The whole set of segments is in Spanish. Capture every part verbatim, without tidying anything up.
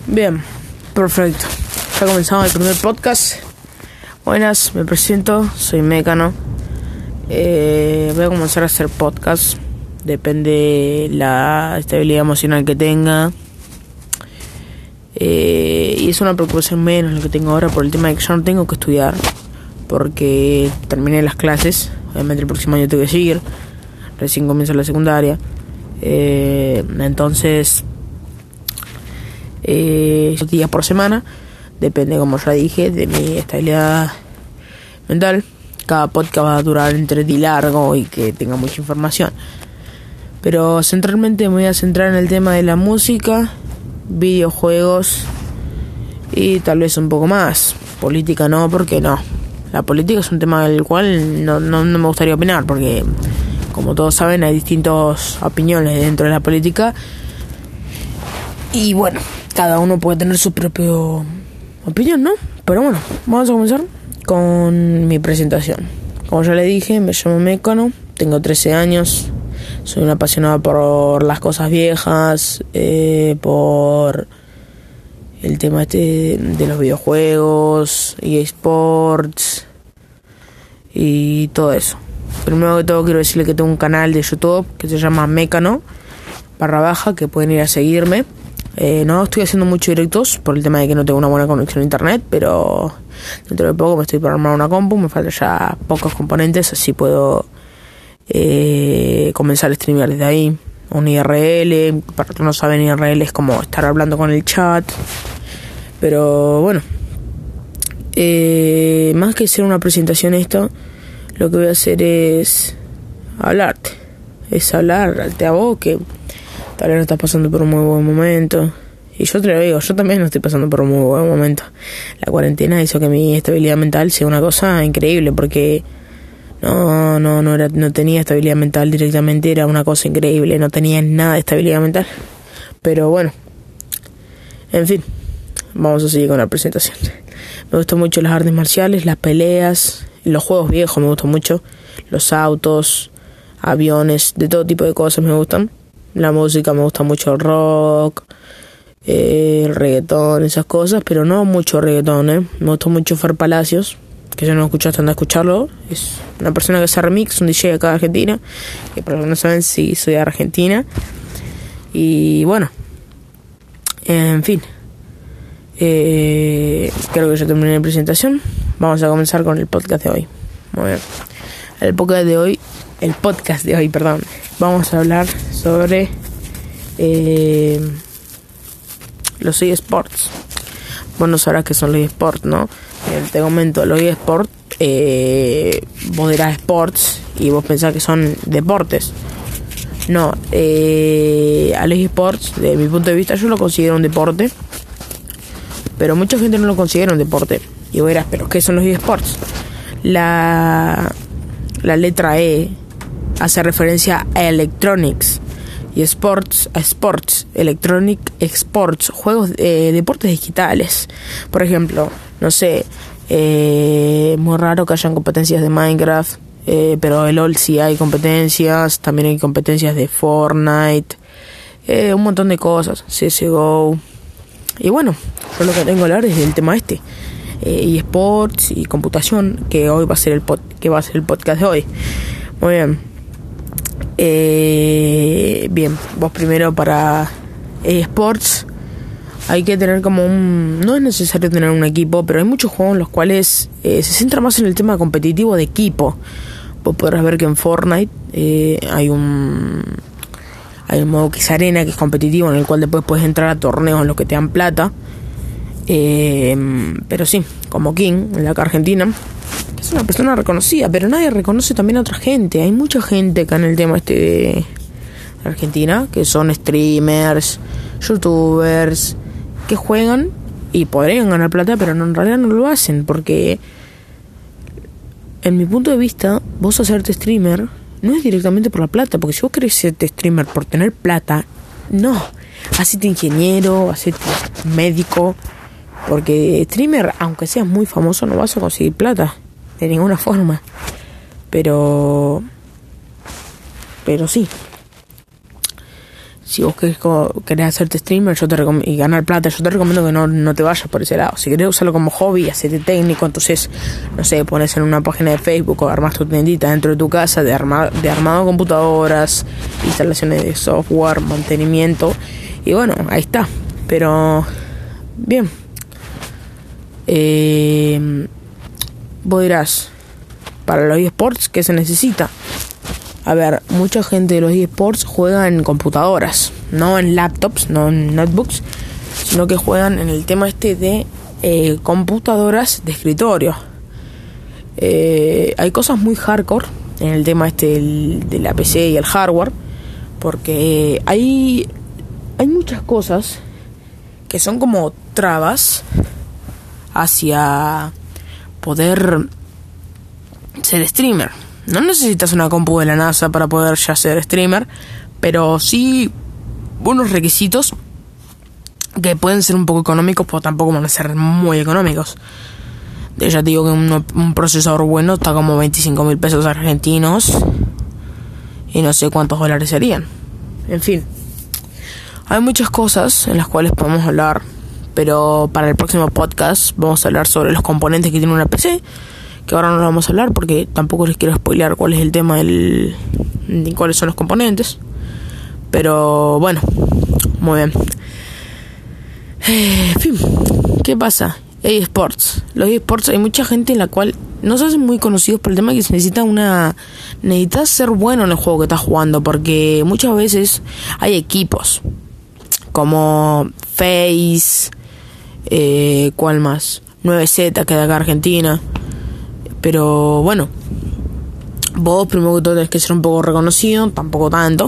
Bien, perfecto. Ya comenzamos el primer podcast. Buenas, me presento, soy Mecano. Eh, voy a comenzar a hacer podcast. Depende la estabilidad emocional que tenga. Eh, y es una preocupación menos lo que tengo ahora por el tema de que yo no tengo que estudiar. Porque terminé las clases. Obviamente el próximo año tengo que seguir. Recién comienzo la secundaria. Eh, entonces... Eh, días por semana, depende, como ya dije, de mi estabilidad mental. Cada podcast va a durar entre ti largo y que tenga mucha información, pero centralmente me voy a centrar en el tema de la música, videojuegos y tal vez un poco más. Política no, porque no, la política es un tema del cual no, no, no me gustaría opinar, porque como todos saben hay distintas opiniones dentro de la política. Y bueno, cada uno puede tener su propia opinión, ¿no? Pero bueno, vamos a comenzar con mi presentación. Como ya le dije, me llamo Mecano, tengo trece años, soy un apasionado por las cosas viejas, eh, por el tema este de los videojuegos y eSports y todo eso. Primero que todo quiero decirle que tengo un canal de YouTube que se llama Mecano barra baja, que pueden ir a seguirme. Eh, no estoy haciendo muchos directos por el tema de que no tengo una buena conexión a internet, pero dentro de poco me estoy por armar una compu, me faltan ya pocos componentes, así puedo eh, comenzar a streamear desde ahí. Un I R L, para los que no saben, I R L es como estar hablando con el chat, pero bueno, eh, más que hacer una presentación esto, lo que voy a hacer es hablarte, es hablarte a vos que tal vez no estás pasando por un muy buen momento. Y yo te lo digo, yo también no estoy pasando por un muy buen momento. La cuarentena hizo que mi estabilidad mental sea una cosa increíble, porque no no no era no tenía estabilidad mental directamente, era una cosa increíble, no tenía nada de estabilidad mental. Pero bueno, en fin, vamos a seguir con la presentación. Me gustan mucho las artes marciales, las peleas, los juegos viejos me gustan mucho, los autos, aviones, de todo tipo de cosas me gustan. La música me gusta mucho, el rock, eh, el reggaetón, esas cosas, pero no mucho reggaetón, ¿eh? Me gusta mucho Fer Palacios, que yo no escucho hasta de escucharlo. Es una persona que hace remix, un D J acá de Argentina, que para los que no saben, sí, soy de Argentina. Y bueno, en fin, eh, creo que ya terminé la presentación. Vamos a comenzar con el podcast de hoy. Muy bien. El podcast de hoy, el podcast de hoy, perdón. Vamos a hablar sobre eh, los eSports. Vos no sabrás qué son los eSports, ¿no? Eh, te comento, los eSports, eh, vos dirás sports y vos pensás que son deportes. No, eh, a los eSports, desde mi punto de vista, yo lo considero un deporte, pero mucha gente no lo considera un deporte. Y vos dirás, ¿pero qué son los eSports? La, la letra E hace referencia a electronics y sports, a sports, electronic sports, juegos, eh, deportes digitales. Por ejemplo, no sé, eh, muy raro que hayan competencias de Minecraft, eh, pero el LOL sí hay competencias, también hay competencias de Fortnite, eh, un montón de cosas, C S G O. Y bueno, yo lo que tengo que hablar es del tema este, eh, y sports y computación, que hoy va a ser el pod, que va a ser el podcast de hoy. Muy bien. Eh, bien, vos primero para eSports hay que tener como un... No es necesario tener un equipo, pero hay muchos juegos en los cuales eh, se centra más en el tema competitivo de equipo. Vos podrás ver que en Fortnite eh, hay un... Hay un modo que es arena, que es competitivo, en el cual después puedes entrar a torneos en los que te dan plata. Eh, pero sí, como King, en la acá Argentina, es una persona reconocida, pero nadie reconoce también a otra gente. Hay mucha gente acá en el tema este de Argentina, que son streamers, youtubers, que juegan y podrían ganar plata, pero no, en realidad no lo hacen, porque en mi punto de vista, vos hacerte streamer no es directamente por la plata, porque si vos querés serte streamer por tener plata, no, hacete ingeniero, hacete médico, porque streamer, aunque seas muy famoso, no vas a conseguir plata de ninguna forma. Pero pero sí, Si vos querés, querés hacerte streamer yo te recom- y ganar plata, yo te recomiendo que no, no te vayas por ese lado. Si querés usarlo como hobby, hacerte técnico, entonces, no sé, pones en una página de Facebook o armas tu tiendita dentro de tu casa de, arma- de armado de computadoras, instalaciones de software, mantenimiento. Y bueno, ahí está. Pero, bien. Eh, vos dirás, para los eSports, ¿qué se necesita? A ver, mucha gente de los eSports juega en computadoras, no en laptops, no en notebooks, sino que juegan en el tema este de eh, computadoras de escritorio. Eh, hay cosas muy hardcore en el tema este del, de la P C y el hardware, porque hay, hay muchas cosas que son como trabas hacia poder ser streamer. No necesitas una compu de la NASA para poder ya ser streamer, pero sí unos requisitos que pueden ser un poco económicos, pero tampoco van a ser muy económicos. De ya te digo que un, un procesador bueno está como veinticinco mil pesos argentinos y no sé cuántos dólares serían. En fin, hay muchas cosas en las cuales podemos hablar, pero para el próximo podcast vamos a hablar sobre los componentes que tiene una P C, que ahora no lo vamos a hablar porque tampoco les quiero spoilear cuál es el tema del, de cuáles son los componentes. Pero bueno, muy bien. En fin, ¿qué pasa? eSports. Los eSports, hay mucha gente en la cual no se hacen muy conocidos por el tema que se necesita una... Necesitas ser bueno en el juego que estás jugando, porque muchas veces hay equipos como Face, eh, ¿cuál más? nueve Z, que es de acá Argentina. Pero bueno, vos primero que todo tenés que ser un poco reconocido, tampoco tanto.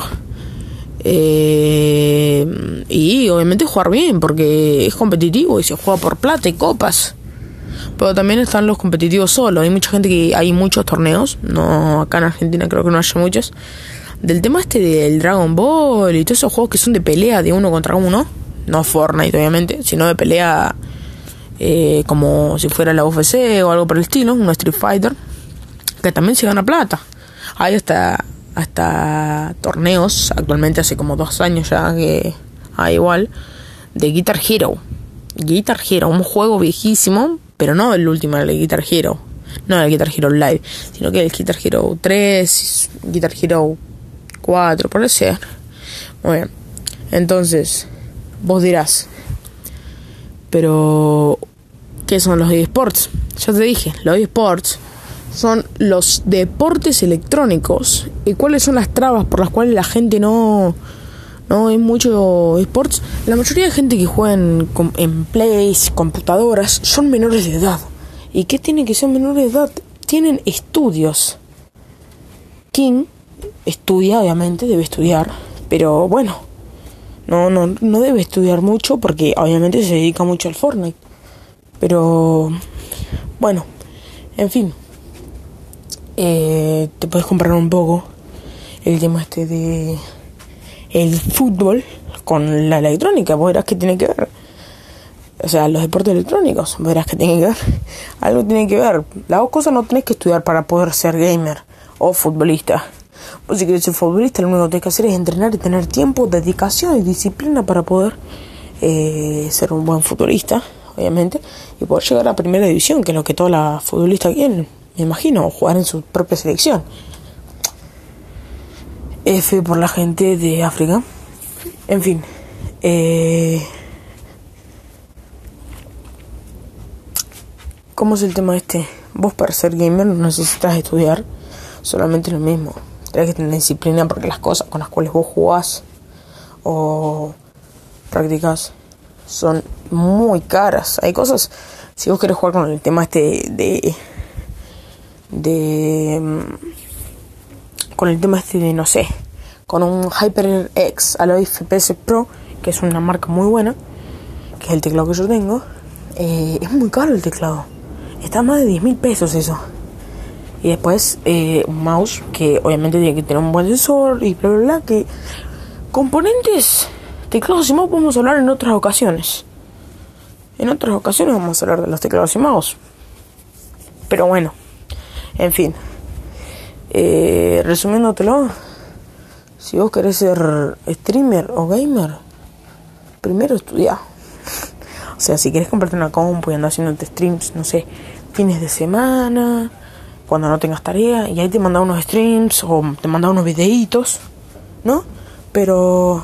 Eh, y obviamente jugar bien, porque es competitivo y se juega por plata y copas. Pero también están los competitivos solos. Hay mucha gente que hay muchos torneos, no acá en Argentina creo que no haya muchos, del tema este del Dragon Ball y todos esos juegos que son de pelea de uno contra uno. No Fortnite obviamente, sino de pelea eh, como si fuera la U F C o algo por el estilo, un Street Fighter, que también se gana plata. Hay hasta hasta torneos, actualmente hace como dos años ya que hay igual, de Guitar Hero. Guitar Hero, un juego viejísimo, pero no el último, el Guitar Hero. No el Guitar Hero Live, sino que el Guitar Hero tres, Guitar Hero cuatro, por ser. Muy bien. Entonces, vos dirás, pero ¿qué son los eSports? Ya te dije, los eSports son los deportes electrónicos. ¿Y cuáles son las trabas por las cuales la gente no no hay mucho eSports? La mayoría de gente que juega en, en plays, computadoras, son menores de edad. ¿Y qué tienen que ser menores de edad? Tienen estudios. King estudia, obviamente, debe estudiar, pero bueno, no, no, no debe estudiar mucho porque obviamente se dedica mucho al Fortnite. Pero bueno, en fin, eh, te puedes comparar un poco el tema este de el fútbol con la electrónica. Vos verás que tiene que ver. O sea, los deportes electrónicos, verás que tiene que ver. Algo tiene que ver. Las dos cosas no tenés que estudiar para poder ser gamer o futbolista. Pues si quieres ser futbolista, lo único que tenés que hacer es entrenar y tener tiempo, dedicación y disciplina para poder eh, ser un buen futbolista, obviamente, y poder llegar a primera división, que es lo que todos los futbolistas quieren, me imagino, o jugar en su propia selección. F por la gente de África. En fin, eh, ¿cómo es el tema este? Vos para ser gamer no necesitas estudiar, solamente lo mismo. Tenés que tener disciplina porque las cosas con las cuales vos jugás o practicás son muy caras. Hay cosas, si vos querés jugar con el tema este de de con el tema este de, no sé, con un HyperX Alloy F P S Pro, que es una marca muy buena, que es el teclado que yo tengo, eh, es muy caro el teclado. Está a más de diez mil pesos eso. Y después eh, un mouse que obviamente tiene que tener un buen sensor y bla bla bla. Que componentes, teclados y mouse podemos hablar en otras ocasiones. En otras ocasiones vamos a hablar de los teclados y mouse. Pero bueno, en fin, eh, resumiéndotelo, si vos querés ser streamer o gamer, primero estudiá. O sea, si querés comprarte una compu y andar haciéndote streams, no sé, fines de semana, cuando no tengas tarea, y ahí te manda unos streams o te manda unos videitos, ¿no? Pero,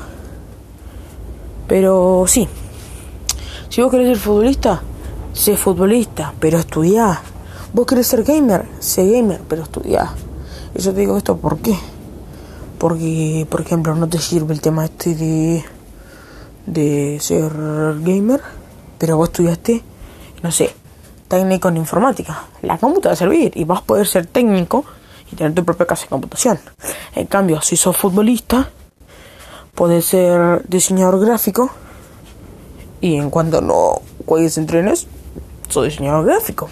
pero sí, si vos querés ser futbolista, sé futbolista, pero estudiá. Vos querés ser gamer, sé gamer, pero estudiá. Y yo te digo esto, ¿por qué? Porque, por ejemplo, no te sirve el tema este de, de ser gamer, pero vos estudiaste, no sé, técnico en informática. La compu te va a servir y vas a poder ser técnico y tener tu propia casa de computación. En cambio, si sos futbolista, podés ser diseñador gráfico y en cuanto no juegues en trenes, sos diseñador gráfico.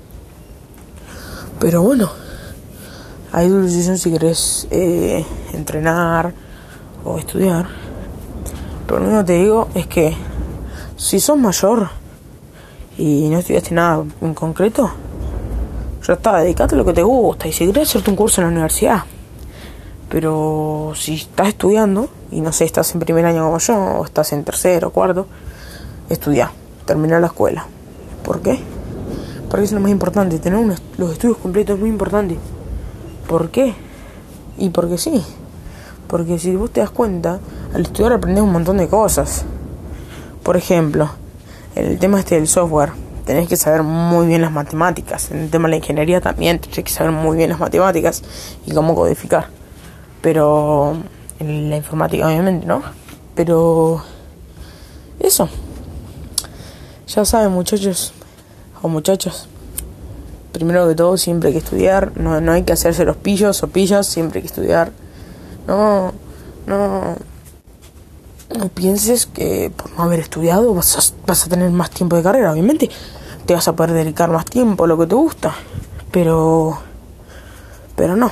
Pero bueno, hay tu decisión si querés eh, entrenar o estudiar. Pero lo único que te digo es que si sos mayor y no estudiaste nada en concreto, ya está, dedicate a lo que te gusta. Y si querés hacerte un curso en la universidad. Pero si estás estudiando y no sé, estás en primer año como yo, o estás en tercero o cuarto, estudia, termina la escuela. ¿Por qué? Porque eso es lo más importante. Tener unos, los estudios completos es muy importante. ¿Por qué? Y porque sí. Porque si vos te das cuenta, al estudiar aprendes un montón de cosas. Por ejemplo, en el tema este del software, tenés que saber muy bien las matemáticas. En el tema de la ingeniería también tenés que saber muy bien las matemáticas y cómo codificar. Pero en la informática obviamente, ¿no? Pero eso. Ya saben, muchachos o muchachos, primero que todo siempre hay que estudiar. No, no hay que hacerse los pillos o pillas, siempre hay que estudiar. No, no, no pienses que por no haber estudiado vas a, vas a tener más tiempo de carrera. Obviamente te vas a poder dedicar más tiempo a lo que te gusta, pero pero no.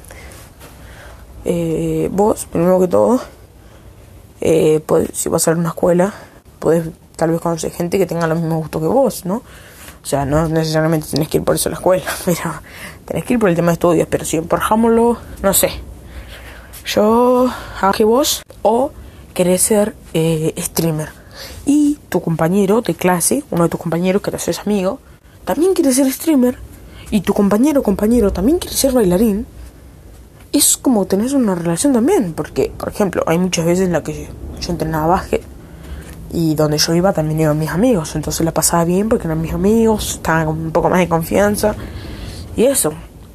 Eh, vos, primero que todo, eh, podés, si vas a ir a una escuela, podés tal vez conocer gente que tenga los mismos gustos que vos, ¿no? O sea, no necesariamente tenés que ir por eso a la escuela, pero tenés que ir por el tema de estudios. Pero si emparjámoslo, no sé, yo hago que vos, o querés ser eh, streamer, y tu compañero de clase, uno de tus compañeros que te haces amigo, también quiere ser streamer, y tu compañero compañero también quiere ser bailarín. Es como tenés una relación también, porque, por ejemplo, hay muchas veces en las que yo entrenaba básquet y donde yo iba también iban mis amigos, entonces la pasaba bien porque eran mis amigos, estaban con un poco más de confianza y eso.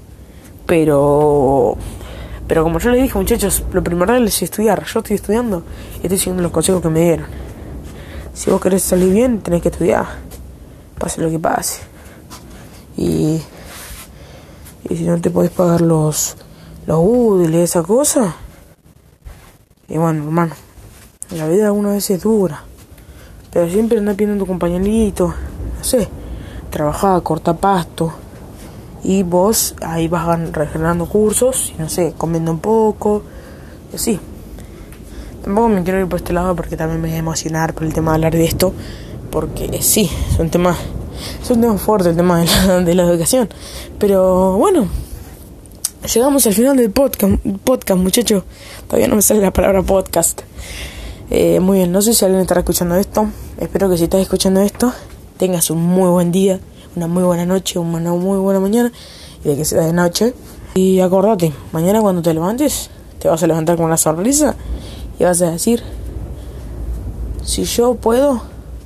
Pero, pero como yo les dije, muchachos, lo primordial es estudiar. Yo estoy estudiando y estoy siguiendo los consejos que me dieron. Si vos querés salir bien, tenés que estudiar, pase lo que pase. Y, y si no te podés pagar los los útiles, esa cosa, y bueno, hermano, la vida alguna vez es dura, pero siempre anda pidiendo tu compañerito, no sé, trabajar, cortar pasto, y vos ahí vas regenerando cursos, y no sé, comiendo un poco, y así. Tampoco me quiero ir por este lado porque también me voy a emocionar por el tema de hablar de esto, porque sí, es un tema, es un tema fuerte el tema de la, de la educación, pero bueno. Llegamos al final del podcast, podcast muchachos. Todavía no me sale la palabra podcast. Eh, muy bien, no sé si alguien estará escuchando esto. Espero que si estás escuchando esto, tengas un muy buen día, una muy buena noche, una muy buena mañana, y de que sea de noche. Y acordate, mañana cuando te levantes, te vas a levantar con una sonrisa y vas a decir: si yo puedo,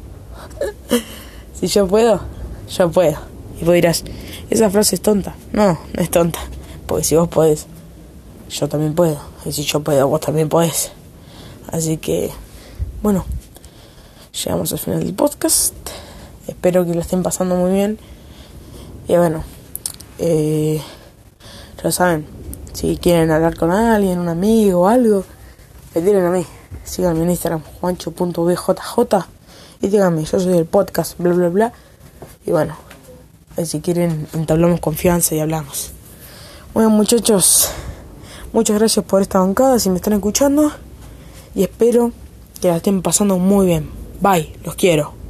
si yo puedo, yo puedo. Y vos dirás: esa frase es tonta. No, no es tonta. Porque si vos podés, yo también puedo. Y si yo puedo, vos también podés. Así que, bueno, llegamos al final del podcast. Espero que lo estén pasando muy bien. Y bueno, eh, ya saben, si quieren hablar con alguien, un amigo o algo, me tiren a mí. Síganme en Instagram, juancho punto b j j, y díganme: yo soy del podcast, bla bla bla. Y bueno, si quieren entablamos confianza y hablamos. Bueno, muchachos, muchas gracias por esta bancada, si me están escuchando, y espero que la estén pasando muy bien. Bye, los quiero.